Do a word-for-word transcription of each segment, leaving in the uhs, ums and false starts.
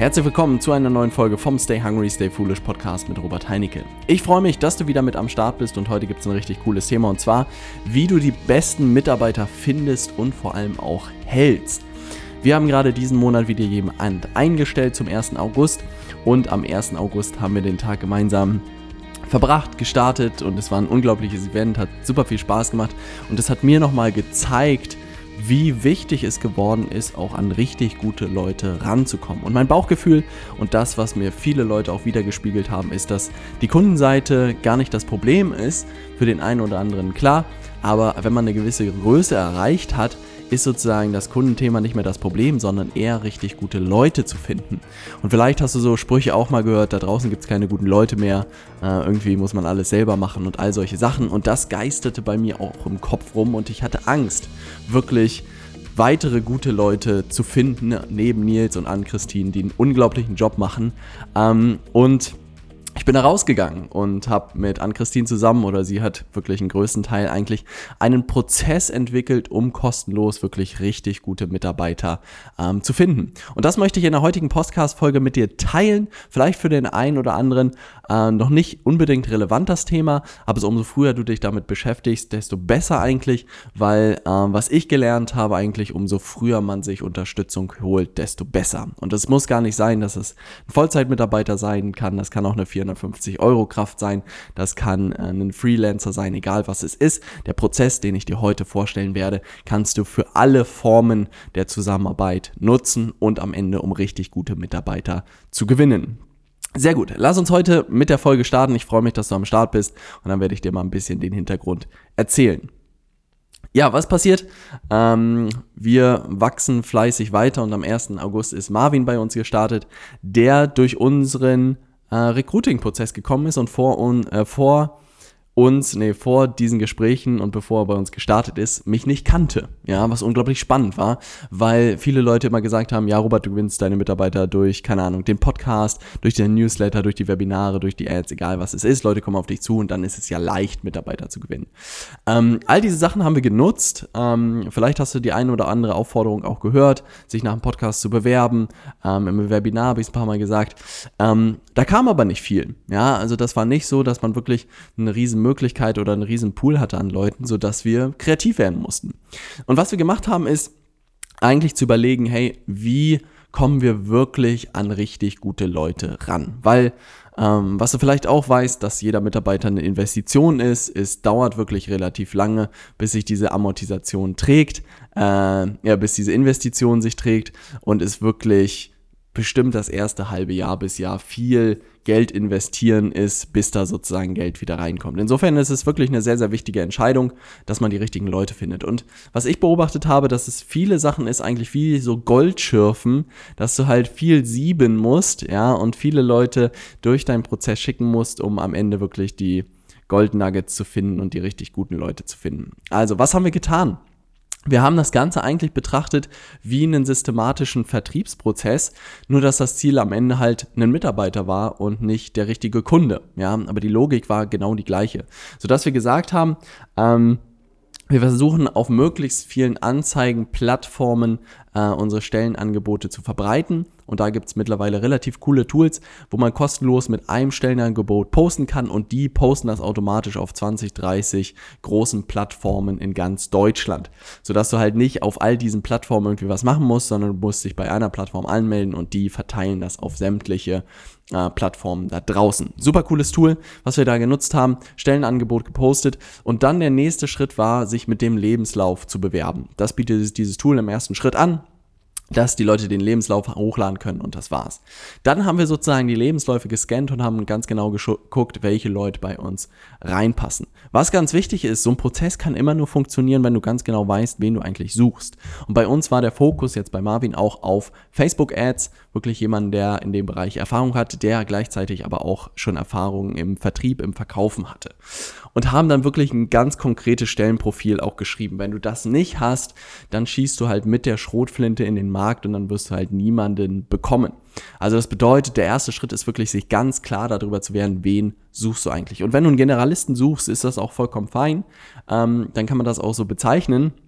Herzlich willkommen zu einer neuen Folge vom Stay Hungry, Stay Foolish Podcast mit Robert Heinecke. Ich freue mich, dass du wieder mit am Start bist und heute gibt es ein richtig cooles Thema und zwar, wie du die besten Mitarbeiter findest und vor allem auch hältst. Wir haben gerade diesen Monat wieder jemanden eingestellt zum ersten August und am ersten August haben wir den Tag gemeinsam verbracht, gestartet und es war ein unglaubliches Event, hat super viel Spaß gemacht und es hat mir nochmal gezeigt, wie wichtig es geworden ist, auch an richtig gute Leute ranzukommen. Und mein Bauchgefühl und das, was mir viele Leute auch wiedergespiegelt haben, ist, dass die Kundenseite gar nicht das Problem ist, für den einen oder anderen klar, aber wenn man eine gewisse Größe erreicht hat, ist sozusagen das Kundenthema nicht mehr das Problem, sondern eher richtig gute Leute zu finden. Und vielleicht hast du so Sprüche auch mal gehört, da draußen gibt es keine guten Leute mehr, äh, irgendwie muss man alles selber machen und all solche Sachen. Und das geisterte bei mir auch im Kopf rum und ich hatte Angst, wirklich weitere gute Leute zu finden, neben Nils und Ann-Christine, die einen unglaublichen Job machen. Ähm, und Ich bin da rausgegangen und habe mit Ann-Christine zusammen, oder sie hat wirklich einen größten Teil eigentlich, einen Prozess entwickelt, um kostenlos wirklich richtig gute Mitarbeiter ähm, zu finden. Und das möchte ich in der heutigen Podcast-Folge mit dir teilen. Vielleicht für den einen oder anderen äh, noch nicht unbedingt relevant das Thema, aber so umso früher du dich damit beschäftigst, desto besser eigentlich, weil äh, was ich gelernt habe eigentlich, umso früher man sich Unterstützung holt, desto besser. Und es muss gar nicht sein, dass es ein Vollzeitmitarbeiter sein kann, das kann auch eine vierhundertfünfzig Euro Kraft sein, das kann äh, ein Freelancer sein, egal was es ist. Der Prozess, den ich dir heute vorstellen werde, kannst du für alle Formen der Zusammenarbeit nutzen und am Ende, um richtig gute Mitarbeiter zu gewinnen. Sehr gut, lass uns heute mit der Folge starten. Ich freue mich, dass du am Start bist und dann werde ich dir mal ein bisschen den Hintergrund erzählen. Ja, was passiert? Ähm, wir wachsen fleißig weiter und am ersten August ist Marvin bei uns gestartet, der durch unseren äh, Recruiting-Prozess gekommen ist und vor, un, äh, vor uns, nee, vor diesen Gesprächen und bevor er bei uns gestartet ist, mich nicht kannte, ja, was unglaublich spannend war, weil viele Leute immer gesagt haben, ja, Robert, du gewinnst deine Mitarbeiter durch, keine Ahnung, den Podcast, durch den Newsletter, durch die Webinare, durch die Ads, egal was es ist, Leute kommen auf dich zu und dann ist es ja leicht, Mitarbeiter zu gewinnen. Ähm, all diese Sachen haben wir genutzt, ähm, vielleicht hast du die eine oder andere Aufforderung auch gehört, sich nach dem Podcast zu bewerben, ähm, im Webinar habe ich es ein paar Mal gesagt, ähm, da kam aber nicht viel, ja, also das war nicht so, dass man wirklich eine riesen Möglichkeit oder einen riesen Pool hatte an Leuten, sodass wir kreativ werden mussten. Und was wir gemacht haben, ist eigentlich zu überlegen, hey, wie kommen wir wirklich an richtig gute Leute ran? Weil, ähm, was du vielleicht auch weißt, dass jeder Mitarbeiter eine Investition ist, es dauert wirklich relativ lange, bis sich diese Amortisation trägt, äh, ja, bis diese Investition sich trägt und es wirklich bestimmt das erste halbe Jahr bis Jahr viel Geld investieren ist, bis da sozusagen Geld wieder reinkommt. Insofern ist es wirklich eine sehr, sehr wichtige Entscheidung, dass man die richtigen Leute findet. Und was ich beobachtet habe, dass es viele Sachen ist, eigentlich wie so Goldschürfen, dass du halt viel sieben musst, ja, und viele Leute durch deinen Prozess schicken musst, um am Ende wirklich die Goldnuggets zu finden und die richtig guten Leute zu finden. Also, was haben wir getan? Wir haben das Ganze eigentlich betrachtet wie einen systematischen Vertriebsprozess, nur dass das Ziel am Ende halt ein Mitarbeiter war und nicht der richtige Kunde. Ja, aber die Logik war genau die gleiche. Sodass wir gesagt haben, ähm, wir versuchen auf möglichst vielen Anzeigenplattformen äh, unsere Stellenangebote zu verbreiten. Und da gibt es mittlerweile relativ coole Tools, wo man kostenlos mit einem Stellenangebot posten kann und die posten das automatisch auf zwanzig, dreißig großen Plattformen in ganz Deutschland. Sodass du halt nicht auf all diesen Plattformen irgendwie was machen musst, sondern du musst dich bei einer Plattform anmelden und die verteilen das auf sämtliche äh, Plattformen da draußen. Super cooles Tool, was wir da genutzt haben, Stellenangebot gepostet und dann der nächste Schritt war, sich mit dem Lebenslauf zu bewerben. Das bietet dieses Tool im ersten Schritt an, dass die Leute den Lebenslauf hochladen können und das war's. Dann haben wir sozusagen die Lebensläufe gescannt und haben ganz genau geguckt, welche Leute bei uns reinpassen. Was ganz wichtig ist, so ein Prozess kann immer nur funktionieren, wenn du ganz genau weißt, wen du eigentlich suchst. Und bei uns war der Fokus jetzt bei Marvin auch auf Facebook-Ads, wirklich jemanden, der in dem Bereich Erfahrung hat, der gleichzeitig aber auch schon Erfahrungen im Vertrieb, im Verkaufen hatte. Und haben dann wirklich ein ganz konkretes Stellenprofil auch geschrieben. Wenn du das nicht hast, dann schießt du halt mit der Schrotflinte in den Markt und dann wirst du halt niemanden bekommen. Also das bedeutet, der erste Schritt ist wirklich, sich ganz klar darüber zu werden, wen suchst du eigentlich. Und wenn du einen Generalisten suchst, ist das auch vollkommen fein. Ähm, dann kann man das auch so bezeichnen.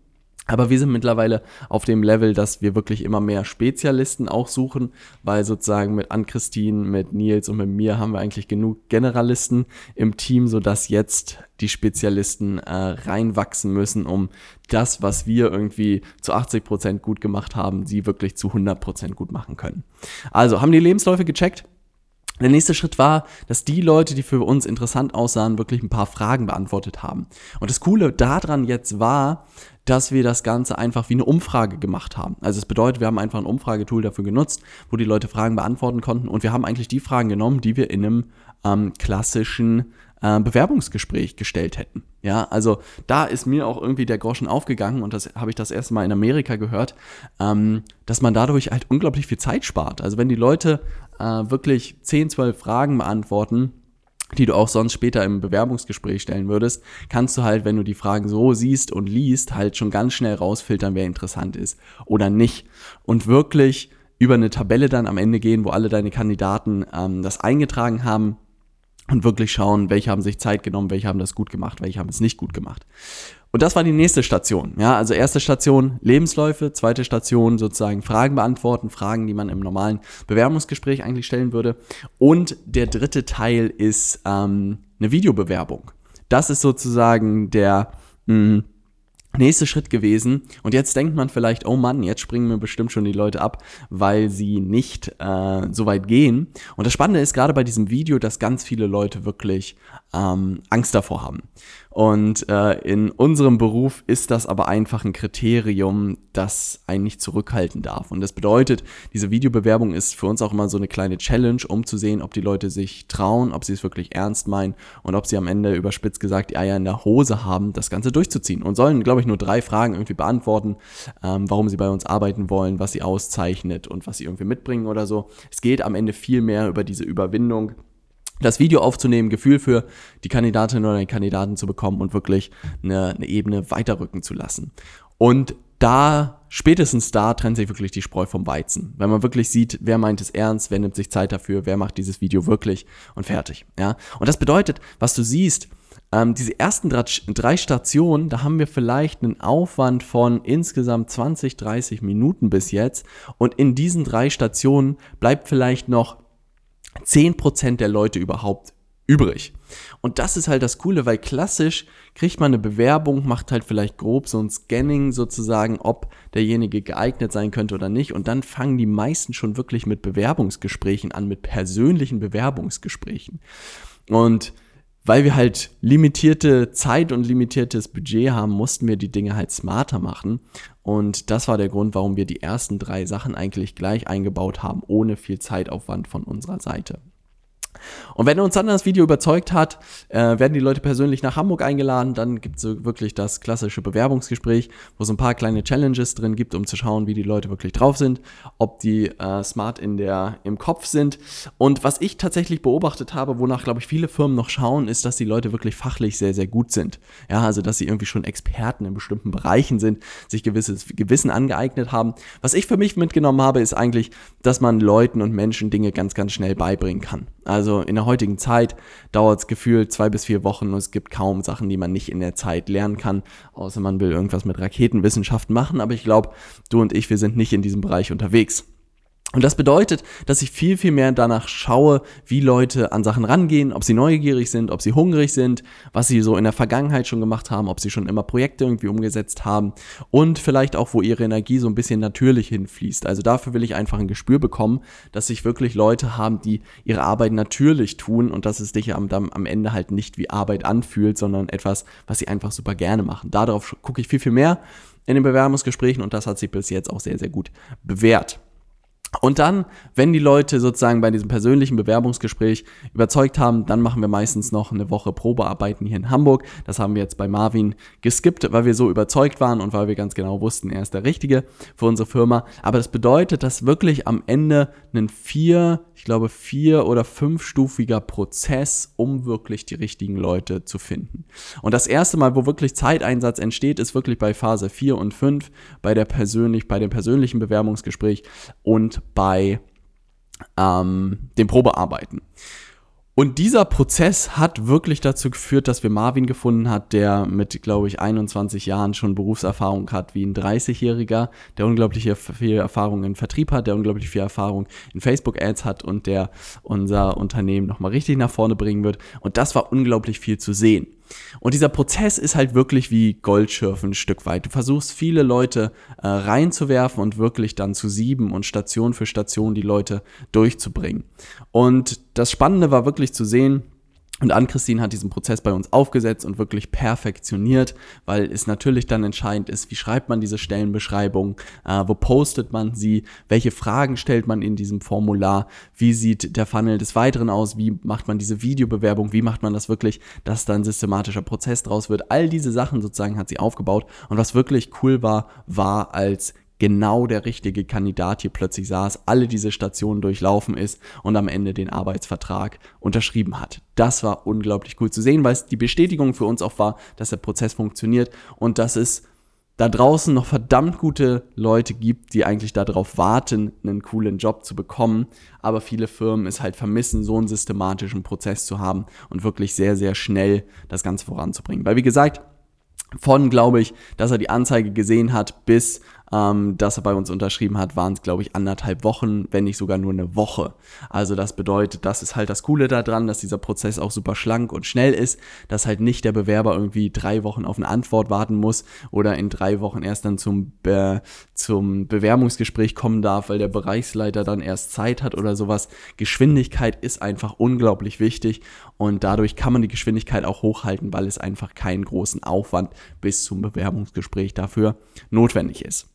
Aber wir sind mittlerweile auf dem Level, dass wir wirklich immer mehr Spezialisten auch suchen, weil sozusagen mit Ann-Christine, mit Nils und mit mir haben wir eigentlich genug Generalisten im Team, sodass jetzt die Spezialisten äh, reinwachsen müssen, um das, was wir irgendwie zu achtzig Prozent gut gemacht haben, sie wirklich zu hundert Prozent gut machen können. Also, haben die Lebensläufe gecheckt? Der nächste Schritt war, dass die Leute, die für uns interessant aussahen, wirklich ein paar Fragen beantwortet haben. Und das Coole daran jetzt war, dass wir das Ganze einfach wie eine Umfrage gemacht haben. Also es bedeutet, wir haben einfach ein Umfragetool dafür genutzt, wo die Leute Fragen beantworten konnten, und wir haben eigentlich die Fragen genommen, die wir in einem ähm, klassischen äh, Bewerbungsgespräch gestellt hätten. Ja, also da ist mir auch irgendwie der Groschen aufgegangen, und das habe ich das erste Mal in Amerika gehört, ähm, dass man dadurch halt unglaublich viel Zeit spart. Also wenn die Leute äh, wirklich zehn, zwölf Fragen beantworten, die du auch sonst später im Bewerbungsgespräch stellen würdest, kannst du halt, wenn du die Fragen so siehst und liest, halt schon ganz schnell rausfiltern, wer interessant ist oder nicht. Und wirklich über eine Tabelle dann am Ende gehen, wo alle deine Kandidaten ähm, das eingetragen haben, und wirklich schauen, welche haben sich Zeit genommen, welche haben das gut gemacht, welche haben es nicht gut gemacht. Und das war die nächste Station. Ja, also erste Station Lebensläufe, zweite Station sozusagen Fragen beantworten, Fragen, die man im normalen Bewerbungsgespräch eigentlich stellen würde. Und der dritte Teil ist ähm, eine Videobewerbung. Das ist sozusagen der mh, nächste Schritt gewesen. Und jetzt denkt man vielleicht, oh Mann, jetzt springen mir bestimmt schon die Leute ab, weil sie nicht äh, so weit gehen. Und das Spannende ist gerade bei diesem Video, dass ganz viele Leute wirklich ähm, Angst davor haben. Und äh, in unserem Beruf ist das aber einfach ein Kriterium, das einen nicht zurückhalten darf. Und das bedeutet, diese Videobewerbung ist für uns auch immer so eine kleine Challenge, um zu sehen, ob die Leute sich trauen, ob sie es wirklich ernst meinen und ob sie am Ende überspitzt gesagt die Eier in der Hose haben, das Ganze durchzuziehen. Und sollen, glaube ich, nur drei Fragen irgendwie beantworten, ähm, warum sie bei uns arbeiten wollen, was sie auszeichnet und was sie irgendwie mitbringen oder so. Es geht am Ende viel mehr über diese Überwindung, das Video aufzunehmen, Gefühl für die Kandidatin oder den Kandidaten zu bekommen und wirklich eine, eine Ebene weiterrücken zu lassen. Und da, spätestens da, trennt sich wirklich die Spreu vom Weizen. Wenn man wirklich sieht, wer meint es ernst, wer nimmt sich Zeit dafür, wer macht dieses Video wirklich, und fertig. Ja? Und das bedeutet, was du siehst, ähm, diese ersten drei Stationen, da haben wir vielleicht einen Aufwand von insgesamt zwanzig, dreißig Minuten bis jetzt. Und in diesen drei Stationen bleibt vielleicht noch zehn Prozent der Leute überhaupt übrig. Und das ist halt das Coole, weil klassisch kriegt man eine Bewerbung, macht halt vielleicht grob so ein Scanning sozusagen, ob derjenige geeignet sein könnte oder nicht. Und dann fangen die meisten schon wirklich mit Bewerbungsgesprächen an, mit persönlichen Bewerbungsgesprächen. Und weil wir halt limitierte Zeit und limitiertes Budget haben, mussten wir die Dinge halt smarter machen. Und das war der Grund, warum wir die ersten drei Sachen eigentlich gleich eingebaut haben, ohne viel Zeitaufwand von unserer Seite. Und wenn uns dann das Video überzeugt hat, äh, werden die Leute persönlich nach Hamburg eingeladen. Dann gibt es so wirklich das klassische Bewerbungsgespräch, wo es ein paar kleine Challenges drin gibt, um zu schauen, wie die Leute wirklich drauf sind, ob die äh, smart in der, im Kopf sind. Und was ich tatsächlich beobachtet habe, wonach, glaube ich, viele Firmen noch schauen, ist, dass die Leute wirklich fachlich sehr, sehr gut sind. Ja, also, dass sie irgendwie schon Experten in bestimmten Bereichen sind, sich gewisses Gewissen angeeignet haben. Was ich für mich mitgenommen habe, ist eigentlich, dass man Leuten und Menschen Dinge ganz, ganz schnell beibringen kann. Also in der heutigen Zeit dauert es gefühlt zwei bis vier Wochen und es gibt kaum Sachen, die man nicht in der Zeit lernen kann, außer man will irgendwas mit Raketenwissenschaften machen. Aber ich glaube, du und ich, wir sind nicht in diesem Bereich unterwegs. Und das bedeutet, dass ich viel, viel mehr danach schaue, wie Leute an Sachen rangehen, ob sie neugierig sind, ob sie hungrig sind, was sie so in der Vergangenheit schon gemacht haben, ob sie schon immer Projekte irgendwie umgesetzt haben und vielleicht auch, wo ihre Energie so ein bisschen natürlich hinfließt. Also dafür will ich einfach ein Gespür bekommen, dass sich wirklich Leute haben, die ihre Arbeit natürlich tun und dass es dich am, am Ende halt nicht wie Arbeit anfühlt, sondern etwas, was sie einfach super gerne machen. Darauf gucke ich viel, viel mehr in den Bewerbungsgesprächen und das hat sich bis jetzt auch sehr, sehr gut bewährt. Und dann, wenn die Leute sozusagen bei diesem persönlichen Bewerbungsgespräch überzeugt haben, dann machen wir meistens noch eine Woche Probearbeiten hier in Hamburg. Das haben wir jetzt bei Marvin geskippt, weil wir so überzeugt waren und weil wir ganz genau wussten, er ist der Richtige für unsere Firma. Aber das bedeutet, dass wirklich am Ende ein vier, ich glaube vier- oder fünfstufiger Prozess, um wirklich die richtigen Leute zu finden. Und das erste Mal, wo wirklich Zeiteinsatz entsteht, ist wirklich bei Phase vier und fünf, bei der persönlich, bei dem persönlichen Bewerbungsgespräch und bei ähm, dem Probearbeiten. Und dieser Prozess hat wirklich dazu geführt, dass wir Marvin gefunden hat, der mit, glaube ich, einundzwanzig Jahren schon Berufserfahrung hat wie ein dreißigjähriger, der unglaublich viel Erfahrung im Vertrieb hat, der unglaublich viel Erfahrung in Facebook-Ads hat und der unser Unternehmen nochmal richtig nach vorne bringen wird. Und das war unglaublich viel zu sehen. Und dieser Prozess ist halt wirklich wie Goldschürfen ein Stück weit. Du versuchst viele Leute äh, reinzuwerfen und wirklich dann zu sieben und Station für Station die Leute durchzubringen. Und das Spannende war wirklich zu sehen, und Ann-Christine hat diesen Prozess bei uns aufgesetzt und wirklich perfektioniert, weil es natürlich dann entscheidend ist, wie schreibt man diese Stellenbeschreibung, äh, wo postet man sie, welche Fragen stellt man in diesem Formular, wie sieht der Funnel des Weiteren aus, wie macht man diese Videobewerbung, wie macht man das wirklich, dass da ein systematischer Prozess draus wird. All diese Sachen sozusagen hat sie aufgebaut und was wirklich cool war, war als genau der richtige Kandidat hier plötzlich saß, alle diese Stationen durchlaufen ist und am Ende den Arbeitsvertrag unterschrieben hat. Das war unglaublich cool zu sehen, weil es die Bestätigung für uns auch war, dass der Prozess funktioniert und dass es da draußen noch verdammt gute Leute gibt, die eigentlich darauf warten, einen coolen Job zu bekommen, aber viele Firmen es halt vermissen, so einen systematischen Prozess zu haben und wirklich sehr, sehr schnell das Ganze voranzubringen. Weil wie gesagt, von, glaube ich, dass er die Anzeige gesehen hat, bis ähm, dass er bei uns unterschrieben hat, waren es, glaube ich, anderthalb Wochen, wenn nicht sogar nur eine Woche. Also das bedeutet, das ist halt das Coole daran, dass dieser Prozess auch super schlank und schnell ist, dass halt nicht der Bewerber irgendwie drei Wochen auf eine Antwort warten muss oder in drei Wochen erst dann zum, Be- zum Bewerbungsgespräch kommen darf, weil der Bereichsleiter dann erst Zeit hat oder sowas. Geschwindigkeit ist einfach unglaublich wichtig und dadurch kann man die Geschwindigkeit auch hochhalten, weil es einfach keinen großen Aufwand bis zum Bewerbungsgespräch dafür notwendig ist.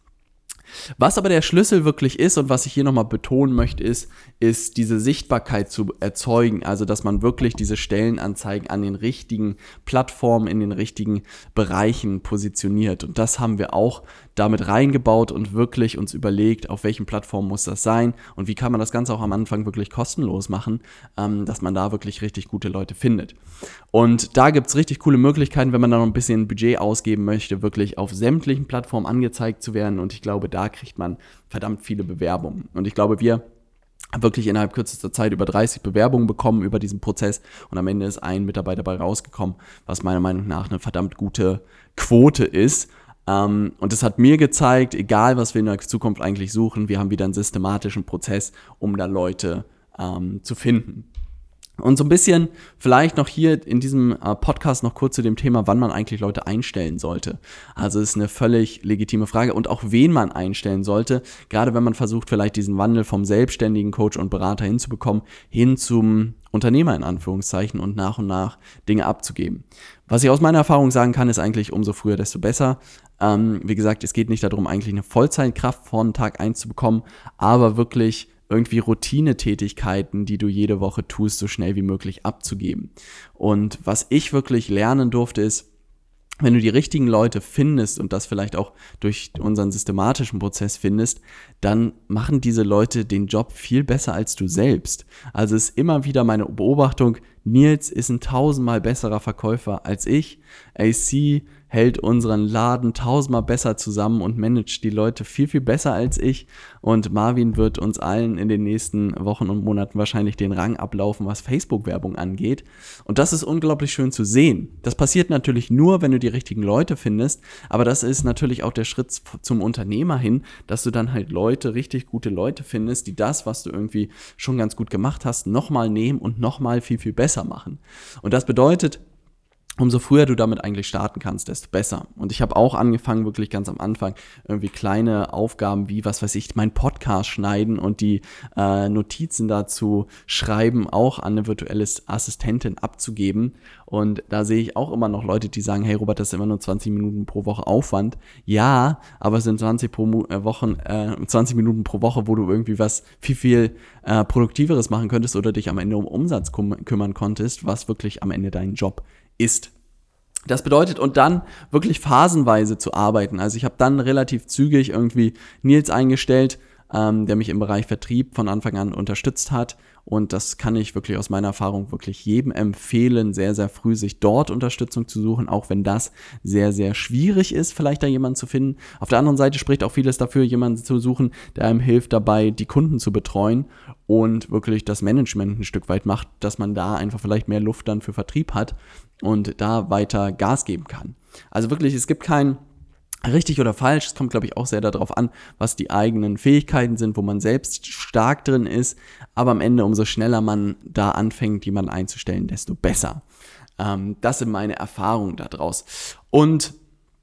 Was aber der Schlüssel wirklich ist und was ich hier nochmal betonen möchte, ist, ist diese Sichtbarkeit zu erzeugen, also dass man wirklich diese Stellenanzeigen an den richtigen Plattformen, in den richtigen Bereichen positioniert und das haben wir auch damit reingebaut und wirklich uns überlegt, auf welchen Plattformen muss das sein und wie kann man das Ganze auch am Anfang wirklich kostenlos machen, ähm, dass man da wirklich richtig gute Leute findet. Und da gibt es richtig coole Möglichkeiten, wenn man da noch ein bisschen Budget ausgeben möchte, wirklich auf sämtlichen Plattformen angezeigt zu werden und ich glaube, da kriegt man verdammt viele Bewerbungen. Und ich glaube, wir haben wirklich innerhalb kürzester Zeit über dreißig Bewerbungen bekommen über diesen Prozess und am Ende ist ein Mitarbeiter dabei rausgekommen, was meiner Meinung nach eine verdammt gute Quote ist. Um, und das hat mir gezeigt, egal was wir in der Zukunft eigentlich suchen, wir haben wieder einen systematischen Prozess, um da Leute um, zu finden. Und so ein bisschen vielleicht noch hier in diesem äh, Podcast noch kurz zu dem Thema, wann man eigentlich Leute einstellen sollte. Also es ist eine völlig legitime Frage und auch wen man einstellen sollte, gerade wenn man versucht vielleicht diesen Wandel vom selbstständigen Coach und Berater hinzubekommen, hin zum Unternehmer in Anführungszeichen und nach und nach Dinge abzugeben. Was ich aus meiner Erfahrung sagen kann, ist eigentlich umso früher, desto besser. Ähm, wie gesagt, es geht nicht darum, eigentlich eine Vollzeitkraft von Tag eins zu bekommen, aber wirklich irgendwie Routinetätigkeiten, die du jede Woche tust, so schnell wie möglich abzugeben. Und was ich wirklich lernen durfte, ist, wenn du die richtigen Leute findest und das vielleicht auch durch unseren systematischen Prozess findest, dann machen diese Leute den Job viel besser als du selbst. Also ist immer wieder meine Beobachtung, Nils ist ein tausendmal besserer Verkäufer als ich. A C hält unseren Laden tausendmal besser zusammen und managt die Leute viel, viel besser als ich. Und Marvin wird uns allen in den nächsten Wochen und Monaten wahrscheinlich den Rang ablaufen, was Facebook-Werbung angeht. Und das ist unglaublich schön zu sehen. Das passiert natürlich nur, wenn du die richtigen Leute findest. Aber das ist natürlich auch der Schritt zum Unternehmer hin, dass du dann halt Leute, richtig gute Leute findest, die das, was du irgendwie schon ganz gut gemacht hast, nochmal nehmen und nochmal viel, viel besser machen. Und das bedeutet, umso früher du damit eigentlich starten kannst, desto besser. Und ich habe auch angefangen, wirklich ganz am Anfang irgendwie kleine Aufgaben wie, was weiß ich, meinen Podcast schneiden und die äh, Notizen dazu schreiben, auch an eine virtuelle Assistentin abzugeben. Und da sehe ich auch immer noch Leute, die sagen, hey Robert, das ist immer nur zwanzig Minuten pro Woche Aufwand. Ja, aber es sind zwanzig, pro Mo- äh, Wochen, äh, zwanzig Minuten pro Woche, wo du irgendwie was viel, viel äh, Produktiveres machen könntest oder dich am Ende um Umsatz kum- kümmern konntest, was wirklich am Ende dein Job ist. Das bedeutet, und dann wirklich phasenweise zu arbeiten. Also ich habe dann relativ zügig irgendwie Nils eingestellt, ähm, der mich im Bereich Vertrieb von Anfang an unterstützt hat. Und das kann ich wirklich aus meiner Erfahrung wirklich jedem empfehlen, sehr, sehr früh sich dort Unterstützung zu suchen, auch wenn das sehr, sehr schwierig ist, vielleicht da jemanden zu finden. Auf der anderen Seite spricht auch vieles dafür, jemanden zu suchen, der einem hilft dabei, die Kunden zu betreuen und wirklich das Management ein Stück weit macht, dass man da einfach vielleicht mehr Luft dann für Vertrieb hat und da weiter Gas geben kann. Also wirklich, es gibt kein richtig oder falsch, es kommt, glaube ich, auch sehr darauf an, was die eigenen Fähigkeiten sind, wo man selbst stark drin ist, aber am Ende, umso schneller man da anfängt, jemanden einzustellen, desto besser. Ähm, das sind meine Erfahrungen daraus. Und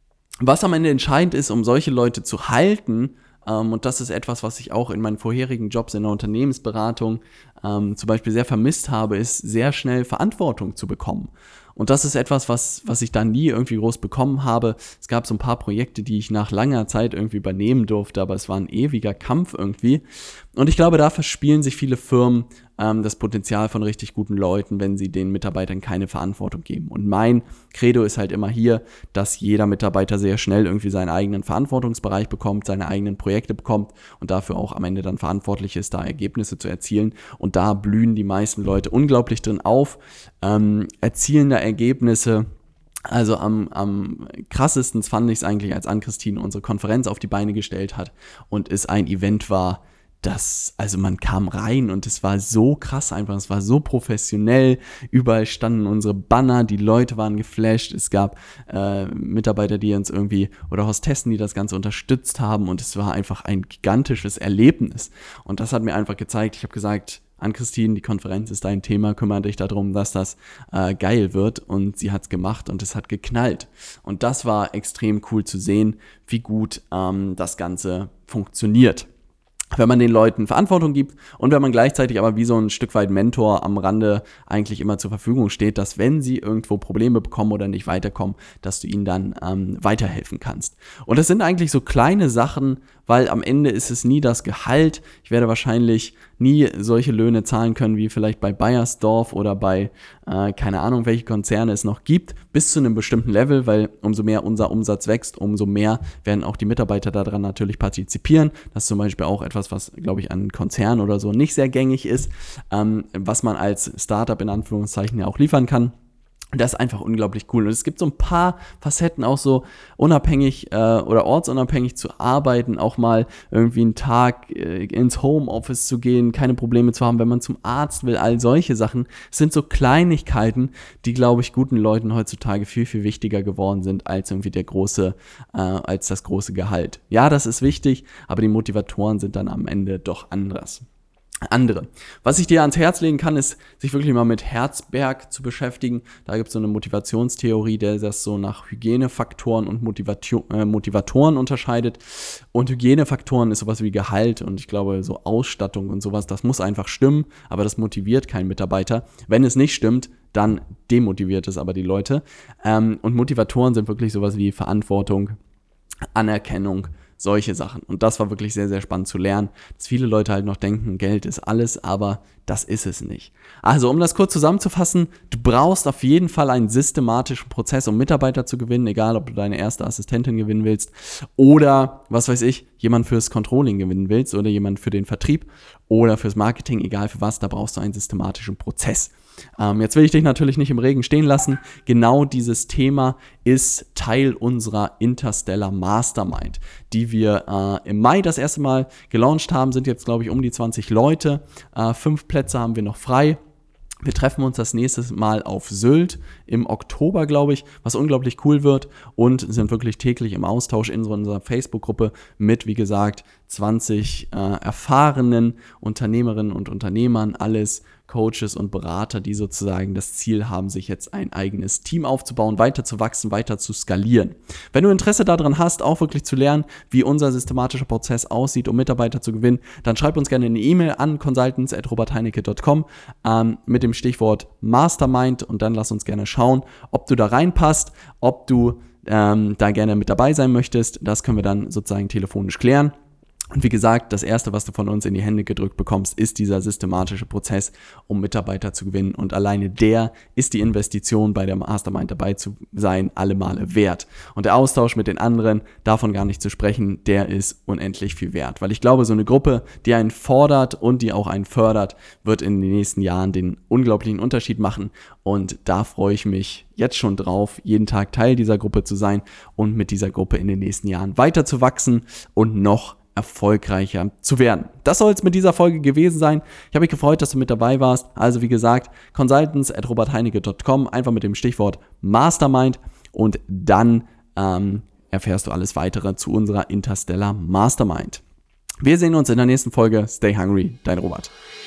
was am Ende entscheidend ist, um solche Leute zu halten, ähm, und das ist etwas, was ich auch in meinen vorherigen Jobs in der Unternehmensberatung ähm, zum Beispiel sehr vermisst habe, ist, sehr schnell Verantwortung zu bekommen. Und das ist etwas, was, was ich da nie irgendwie groß bekommen habe. Es gab so ein paar Projekte, die ich nach langer Zeit irgendwie übernehmen durfte, aber es war ein ewiger Kampf irgendwie. Und ich glaube, da verspielen sich viele Firmen ähm, das Potenzial von richtig guten Leuten, wenn sie den Mitarbeitern keine Verantwortung geben. Und mein Credo ist halt immer hier, dass jeder Mitarbeiter sehr schnell irgendwie seinen eigenen Verantwortungsbereich bekommt, seine eigenen Projekte bekommt und dafür auch am Ende dann verantwortlich ist, da Ergebnisse zu erzielen. Und da blühen die meisten Leute unglaublich drin auf, ähm, erzielen da Ergebnisse. Also am, am krassesten fand ich es eigentlich, als Ann-Christine unsere Konferenz auf die Beine gestellt hat und es ein Event war, das, also man kam rein und es war so krass einfach, es war so professionell, überall standen unsere Banner, die Leute waren geflasht, es gab äh, Mitarbeiter, die uns irgendwie, oder Hostessen, die das Ganze unterstützt haben und es war einfach ein gigantisches Erlebnis und das hat mir einfach gezeigt, ich habe gesagt, Ann-Christine, die Konferenz ist dein Thema, kümmere dich darum, dass das äh, geil wird und sie hat's gemacht und es hat geknallt und das war extrem cool zu sehen, wie gut ähm, das Ganze funktioniert. Wenn man den Leuten Verantwortung gibt und wenn man gleichzeitig aber wie so ein Stück weit Mentor am Rande eigentlich immer zur Verfügung steht, dass wenn sie irgendwo Probleme bekommen oder nicht weiterkommen, dass du ihnen dann ähm, weiterhelfen kannst. Und das sind eigentlich so kleine Sachen, weil am Ende ist es nie das Gehalt. Ich werde wahrscheinlich nie solche Löhne zahlen können, wie vielleicht bei Bayersdorf oder bei, äh, keine Ahnung, welche Konzerne es noch gibt, bis zu einem bestimmten Level, weil umso mehr unser Umsatz wächst, umso mehr werden auch die Mitarbeiter daran natürlich partizipieren. Das ist zum Beispiel auch etwas, was, glaube ich, an Konzernen oder so nicht sehr gängig ist, ähm, was man als Startup in Anführungszeichen ja auch liefern kann. Und das ist einfach unglaublich cool. Und es gibt so ein paar Facetten, auch so unabhängig äh, oder ortsunabhängig zu arbeiten, auch mal irgendwie einen Tag äh, ins Homeoffice zu gehen, keine Probleme zu haben, wenn man zum Arzt will, all solche Sachen. Es sind so Kleinigkeiten, die, glaube ich, guten Leuten heutzutage viel, viel wichtiger geworden sind als irgendwie der große, äh, als das große Gehalt. Ja, das ist wichtig, aber die Motivatoren sind dann am Ende doch anders. Andere. Was ich dir ans Herz legen kann, ist, sich wirklich mal mit Herzberg zu beschäftigen. Da gibt es so eine Motivationstheorie, der das so nach Hygienefaktoren und Motivation, äh, Motivatoren unterscheidet. Und Hygienefaktoren ist sowas wie Gehalt und ich glaube so Ausstattung und sowas, das muss einfach stimmen, aber das motiviert keinen Mitarbeiter. Wenn es nicht stimmt, dann demotiviert es aber die Leute. Ähm, und Motivatoren sind wirklich sowas wie Verantwortung, Anerkennung, solche Sachen. Und das war wirklich sehr, sehr spannend zu lernen, dass viele Leute halt noch denken, Geld ist alles, aber das ist es nicht. Also, um das kurz zusammenzufassen, du brauchst auf jeden Fall einen systematischen Prozess, um Mitarbeiter zu gewinnen, egal ob du deine erste Assistentin gewinnen willst oder, was weiß ich, jemand fürs Controlling gewinnen willst oder jemand für den Vertrieb oder fürs Marketing, egal für was, da brauchst du einen systematischen Prozess. Ähm, jetzt will ich dich natürlich nicht im Regen stehen lassen. Genau dieses Thema ist Teil unserer Interstellar Mastermind, die wir äh, im Mai das erste Mal gelauncht haben. Sind jetzt, glaube ich, um die zwanzig Leute. Äh, fünf Plätze haben wir noch frei. Wir treffen uns das nächste Mal auf Sylt im Oktober, glaube ich, was unglaublich cool wird und sind wirklich täglich im Austausch in unserer Facebook-Gruppe mit, wie gesagt, zwanzig äh, erfahrenen Unternehmerinnen und Unternehmern, alles Coaches und Berater, die sozusagen das Ziel haben, sich jetzt ein eigenes Team aufzubauen, weiter zu wachsen, weiter zu skalieren. Wenn du Interesse daran hast, auch wirklich zu lernen, wie unser systematischer Prozess aussieht, um Mitarbeiter zu gewinnen, dann schreib uns gerne eine E-Mail an consultants at robert heinecke dot com ähm, mit dem Stichwort Mastermind und dann lass uns gerne schauen, ob du da reinpasst, ob du ähm, da gerne mit dabei sein möchtest. Das können wir dann sozusagen telefonisch klären. Und wie gesagt, das Erste, was du von uns in die Hände gedrückt bekommst, ist dieser systematische Prozess, um Mitarbeiter zu gewinnen. Und alleine der ist die Investition, bei der Mastermind dabei zu sein, alle Male wert. Und der Austausch mit den anderen, davon gar nicht zu sprechen, der ist unendlich viel wert. Weil ich glaube, so eine Gruppe, die einen fordert und die auch einen fördert, wird in den nächsten Jahren den unglaublichen Unterschied machen. Und da freue ich mich jetzt schon drauf, jeden Tag Teil dieser Gruppe zu sein und mit dieser Gruppe in den nächsten Jahren weiter zu wachsen und noch erfolgreicher zu werden. Das soll es mit dieser Folge gewesen sein. Ich habe mich gefreut, dass du mit dabei warst. Also wie gesagt, consultants at robert heinecke dot com, einfach mit dem Stichwort Mastermind und dann ähm, erfährst du alles weitere zu unserer Interstellar Mastermind. Wir sehen uns in der nächsten Folge. Stay hungry, dein Robert.